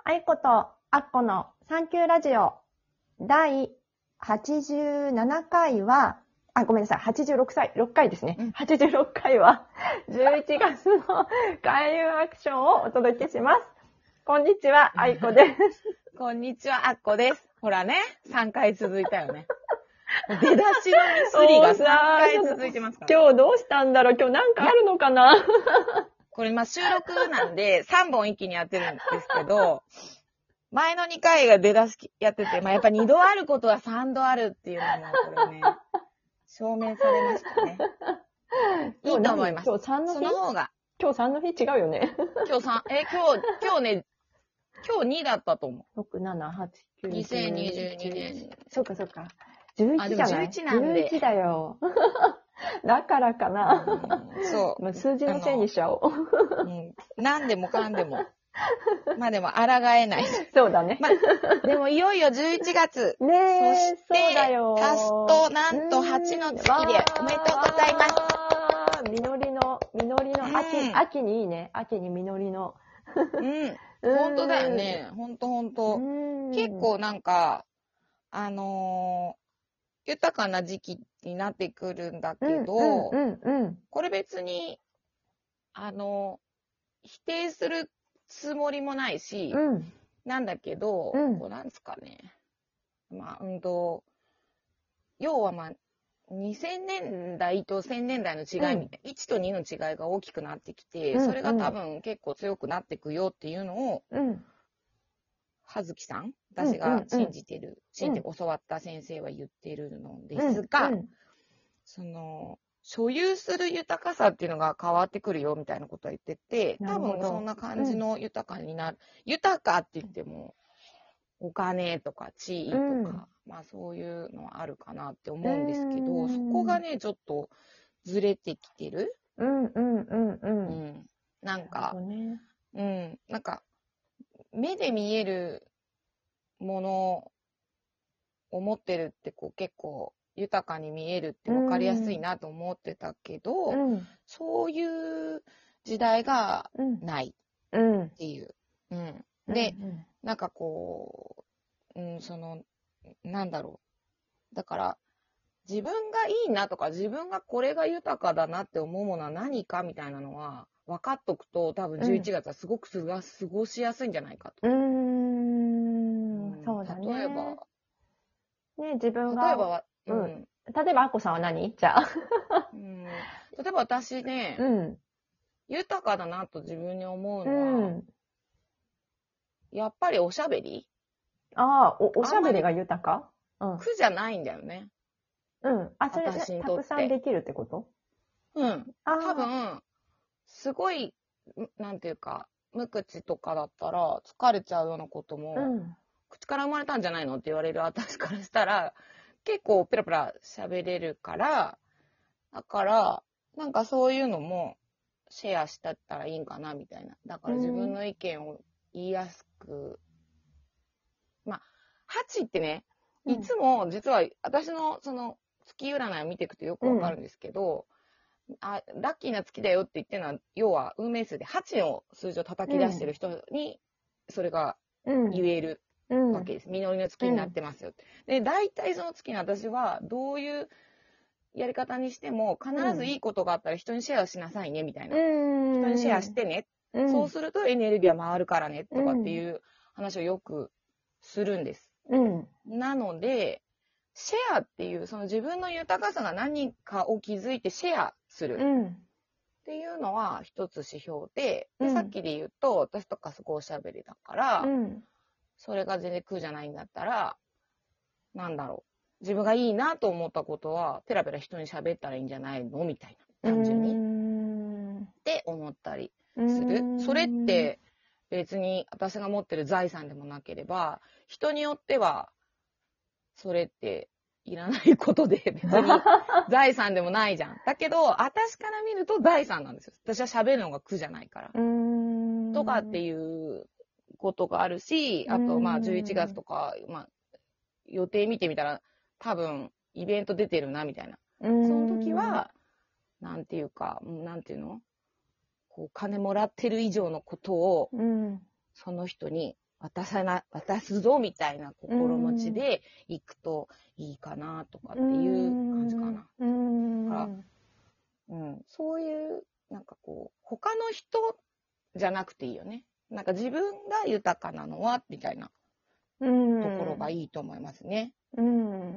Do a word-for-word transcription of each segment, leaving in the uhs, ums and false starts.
あいことあっこのサンキューラジオだいはちじゅうななかいは、あ、ごめんなさい、はちじゅうろくさい、ろっかいですね。 うんはちじゅうろっかいはじゅういちがつの開運アクションをお届けします。こんにちは、あいこです。 こんにちは、あっこです。ほらね、さんかい続いたよね。出だしのミスリがさんかい続いてますから。 今日どうしたんだろう今日なんかあるのかなこれまあ収録なんでさんぼん一気にやってるんですけど、前のにかいが出だしやってて、まあやっぱにどあることはさんどあるっていうのもこれね、証明されましたね。いいと思います。 今日さんの日その方が。 今日さんの日違うよね。 今日さん、え、今日、今日ね、今日にだったと思う。 ろく、なな、はち、きゅう、 にせんにじゅうにねん。 そうかそうか。じゅういちじゃない？ あ、でもじゅういちなんで。 じゅういちだよ。だからかな。 うん、そう。 まあ、数字のせいにしちゃおう。 うん。何でもかんでも。まあでも、抗えない。 そうだね。 まあ、でもいよいよじゅういちがつ。 ねえ、 そして、 そうだよ。 足すと、なんとはちの月で、おめでとうございます。 実りの、実りの秋、うん、秋にいいね。秋に実りの。 うん。本当だよね。本当本当。結構なんか、あのー、豊かな時期になってくるんだけど、うんうんうんうん、これ別に、あのー、否定するつもりもないし、うん、なんだけど、うん、こうなんですかね。まあ、うんと、要はまあ、にせんねんだいとせんねんだいの違いみたいな、うん、いちとにの違いが大きくなってきて、うん、それが多分結構強くなっていくよっていうのを、うん、葉月さん、私が信じてる、うんうんうん、信じて教わった先生は言ってるのですが、うんうん、その、所有する豊かさっていうのが変わってくるよみたいなことは言ってて、多分そんな感じの豊かになる。うん、豊かって言っても、お金とか地位とか、うん、まあそういうのはあるかなって思うんですけど、そこがね、ちょっとずれてきてる。うんうんうんうん。うん、なんか、ね、うん、なんか、目で見えるものを持ってるってこう結構豊かに見えるって分かりやすいなと思ってたけど、うん、そういう時代がないっていう。うんうん、で、うんうん、なんかこう、うん、その、なんだろう。だから、自分がいいなとか、自分がこれが豊かだなって思うものは何かみたいなのは、分かっとくと、多分じゅういちがつはすごくすが過ごしやすいんじゃないかと。うーん、 うん、そうだね。 例えば、 ね、自分が、 例えばは、 うん。例えば、あこさんは何じゃあ、 うん。例えば私ね、うん、豊かだなと自分に思うのは、うん、やっぱりおしゃべり？ ああ、お、おしゃべりが豊か？ うん。苦じゃないんだよね。 うん。あ、それ、たくさんできるってこと？ うん。多分、すごい、なんていうか、無口とかだったら疲れちゃうようなことも、うん、口から生まれたんじゃないのって言われる私からしたら、結構ペラペラ喋れるから、だから、なんかそういうのもシェアしたったらいいんかなみたいな。だから自分の意見を言いやすく。まあ、はちってね、いつも実は私のその月占いを見ていくとよくわかるんですけど、うん、あ、ラッキーな月だよって言ってるのは、要は運命数ではちの数字を叩き出してる人に、それが言えるわけです。実りの月になってますよ。で、大体その月に私はどういうやり方にしても、必ずいいことがあったら人にシェアしなさいね、みたいな。人にシェアしてね。そうするとエネルギーは回るからね、とかっていう話をよくするんです。うん、なので、シェアっていう、その自分の豊かさが何かを気づいてシェアするっていうのは一つ指標で、で、さっきで言うと、私とかすごいおしゃべりだから、うん、それが全然苦じゃないんだったら、なんだろう。自分がいいなと思ったことは、ペラペラ人に喋ったらいいんじゃないのみたいな。単純に。って思ったりする。それって、別に私が持ってる財産でもなければ、人によっては、それっていらないことで別に財産でもないじゃん。だけど、私から見ると財産なんですよ。私は喋るのが苦じゃないから。とかっていうことがあるし、あと、まあ、じゅういちがつとか、まあ、予定見てみたら、多分、イベント出てるな、みたいな。その時は、なんていうか、なんていうのこう、金もらってる以上のことを、うん、その人に渡さな、渡すぞみたいな心持ちで行くといいかなとかっていう感じかな。 うん。 だからうん、そういう、なんかこう、他の人じゃなくていいよね。なんか自分が豊かなのは、みたいなところがいいと思いますね。 うん。 うん。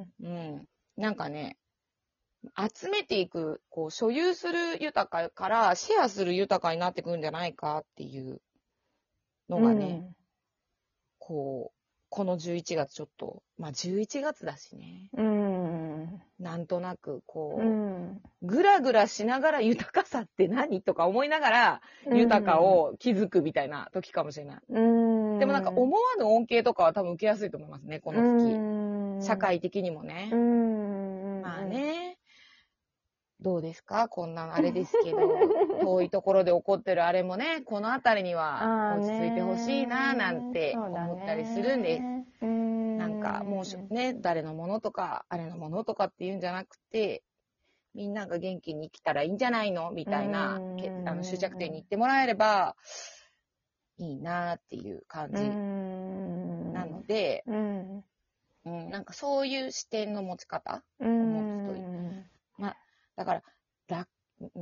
なんかね、集めていく、こう、所有する豊かからシェアする豊かになってくるんじゃないかっていうのがね、うん、こう、このじゅういちがつちょっと、まあじゅういちがつだしね。 うん。 なんとなく、こう、 うん、 ぐらぐらしながら豊かさって何とか思いながら、豊かを気づくみたいな時かもしれない。うん、でもなんか思わぬ恩恵とかは多分受けやすいと思いますね、この月。うん、社会的にもね。うん、まあね。どうですかこんなあれですけど、遠いところで起こってるあれもね、このあたりには落ち着いてほしいななんて思ったりするんです。なんかもうね、誰のものとか、あれのものとかっていうんじゃなくて、みんなが元気に生きたらいいんじゃないのみたいな、あの終着点に行ってもらえればいいなっていう感じなので、うんうん、なんかそういう視点の持ち方を持つといい。まあだからラ、うん、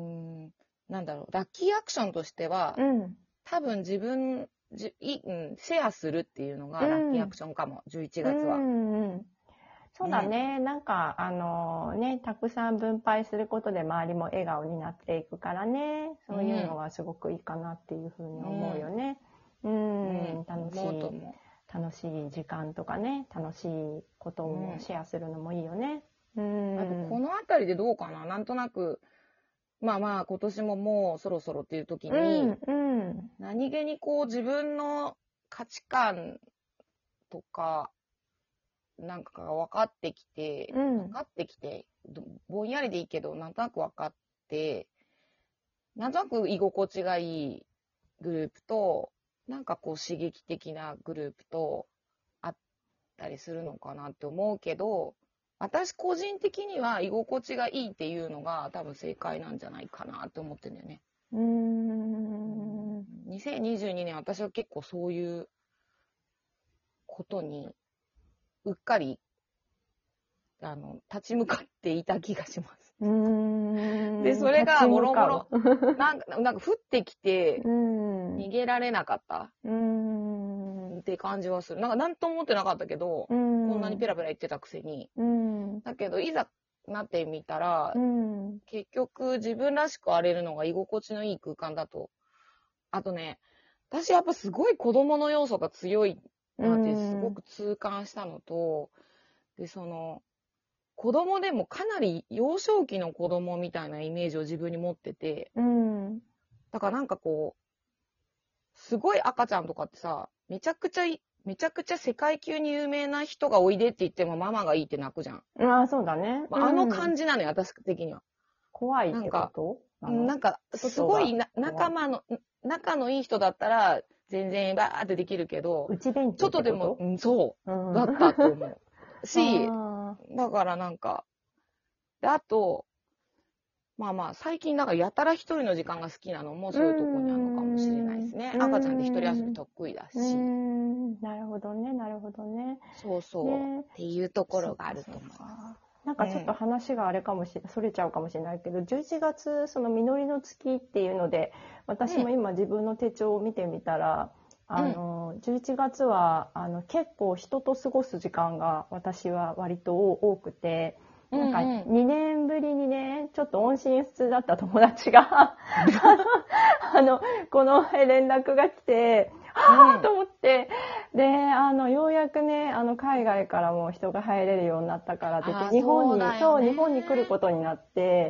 なんだろう、ラッキーアクションとしては、うん、多分自分じい、うん、シェアするっていうのがラッキーアクションかも、うん、じゅういちがつは。うんうん、 そうだね、うん、なんかあのね、たくさん分配することで周りも笑顔になっていくからね、そういうのはすごくいいかなっていうふうに思うよね。うん、うん、楽しい楽しい時間とかね、楽しいことをシェアするのもいいよね。うん、 あとこのあたりでどうかな、なんとなくまあまあ今年ももうそろそろっていう時に、うんうん、何気にこう自分の価値観とかなんかが分かってきて、うん、分かってきてぼんやりでいいけどなんとなく分かってなんとなく居心地がいいグループとなんかこう刺激的なグループとあったりするのかなって思うけど、私個人的には居心地がいいっていうのが多分正解なんじゃないかなって思ってるんだよね。うーん。にせんにじゅうにねん私は結構そういうことにうっかりあの立ち向かっていた気がします。うーん。でそれがもろもろなんかなんか降ってきて逃げられなかった。うーん。って感じはする。なんか何とも思ってなかったけど、こんなにペラペラ言ってたくせに。だけどいざなってみたら、結局自分らしく荒れるのが居心地のいい空間だと。あとね、私やっぱすごい子供の要素が強いなってすごく痛感したのと、でその子供でもかなり幼少期の子供みたいなイメージを自分に持ってて、だからなんかこうすごい赤ちゃんとかってさ、めちゃくちゃ、めちゃくちゃ世界級に有名な人がおいでって言ってもママがいいって泣くじゃん。 ああ、そうだね。 あの感じなのよ、私的には。 怖いってこと？ なんか、すごいな仲間の、仲のいい人だったら、全然バーってできるけど、 内弁ちょっとでも、うん、そう、うん、だったと思う。し、だからなんか、で、あと、まあまあ、最近なんかやたら一人の時間が好きなのもそういうとこにあるのかもしれないですね。赤ちゃんって一人遊び得意だし。 なるほどね、なるほどね。 そうそう。ね、っていうところがあると思います。 なんかちょっと話があれかもしれない、それちゃうかもしれないけど、じゅういちがつ、その実りの月っていうので、私も今自分の手帳を見てみたら、うん、あの、じゅういちがつは、あの、結構人と過ごす時間が私は割と多くて、なんかにねんぶりにね、ちょっと音信不通だった友達があの、この連絡が来て、はぁと思って、で、あの、ようやくね、あの、海外からも人が入れるようになったからって言って、日本に、そう、日本に来ることになって、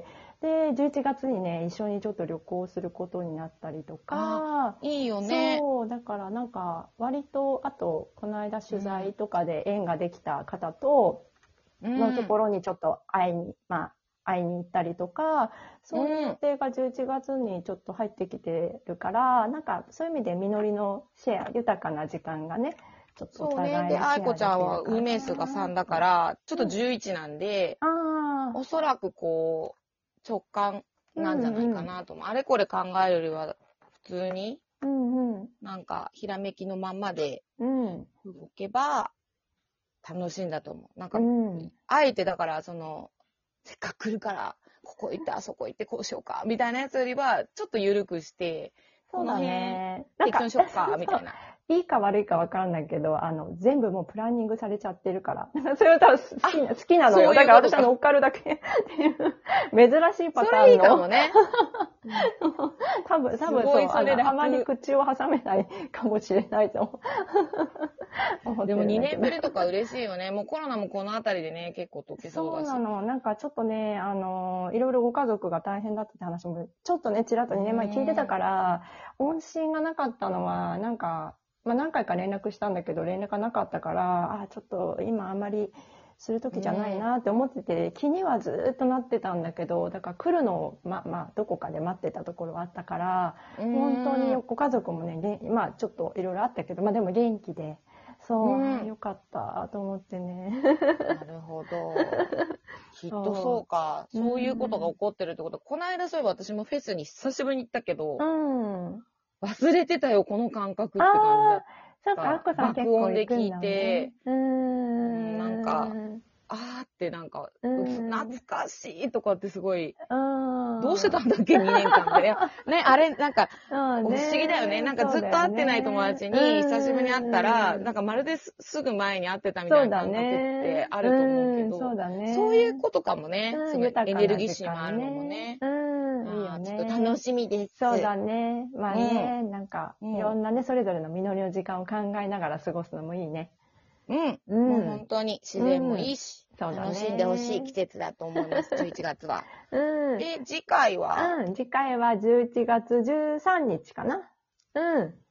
で、じゅういちがつにね、一緒にちょっと旅行することになったりとか、 いいよね。 そう、だからなんか、割と、あと、この間取材とかで縁ができた方と、のところにちょっと会いに、まあ、会いに行ったりとか、そういう予定がじゅういちがつにちょっと入ってきてるから、うん、なんかそういう意味で実りのシェア、豊かな時間がね、ちょっとお互いにシェアできるから。 そうね。で、愛子ちゃんは運命数がさんだから、ちょっとじゅういちなんで、うん、おそらくこう、直感なんじゃないかなと思う。うんうん、あれこれ考えるよりは、普通に、 うんうん、 なんか、ひらめきのまんまでうん、 動けば、楽しいんだと思う。なんか、 うん、 あえてだから、その、せっかく来るから、ここ行って、あそこ行って、こうしようか、みたいなやつよりは、ちょっと緩くして、 そうだこの辺、 ね。なんか、 適当にしよっか、みたいな。 いいか悪いかわかんないけど、あの、全部もうプランニングされちゃってるから。それは多分好きな、好きなのよ。 そういうことかだから私は乗っかるだけっていう、珍しいパターンの。 それいいかもね。 多分、多分すごそう、 いそれ楽あの、あまり口を挟めないかもしれないと思ってでもるんだけど。 にねんぶりとか嬉しいよね。もうコロナもこのあたりでね、結構解けそうだし。 そうなの。なんかちょっとね、あの、いろいろご家族が大変だったって話も、ちょっとね、ちらっとにねんまえ聞いてたから、音信がなかったのは、なんか、まあ何回か連絡したんだけど、連絡がなかったから、あ、ちょっと今あんまりする時じゃないなって思ってて、気にはずっとなってたんだけど、だから来るのを、まあまあ、どこかで待ってたところはあったから、本当にご家族もね、まあちょっといろいろあったけど、まあでも元気で、そう、うん、よかったと思ってね。 なるほど。きっとそうか。そう、そういうことが起こってるってこと。この間そういえば私もフェスに久しぶりに行ったけど、 うん、 忘れてたよ、この感覚って感じだった。 そうか、アッコさん結構行くんだね。 爆音で聞いて、うーん、なんか、あーってなんか、懐かしいとかってすごい、どうしてたんだっけ、にねんかんで。ね、あれ、なんか、不思議だよね。なんかずっと会ってない友達に久しぶりに会ったら、なんかまるですぐ前に会ってたみたいな感覚ってあると思うけど、そうだね。そういうことかもね。そのエネルギッシュもあるのもね。 うん、いいよね。 ちょっと楽しみです。 そうだね。まあね、なんか、いろんなね、それぞれの実りの時間を考えながら過ごすのもいいね。 うん。うん、もう本当に自然もいいし、うん、楽しんでほしい季節だと思います、じゅういちがつは。うん。で、次回はうん、次回はじゅういちがつじゅうさんにちかな。うん。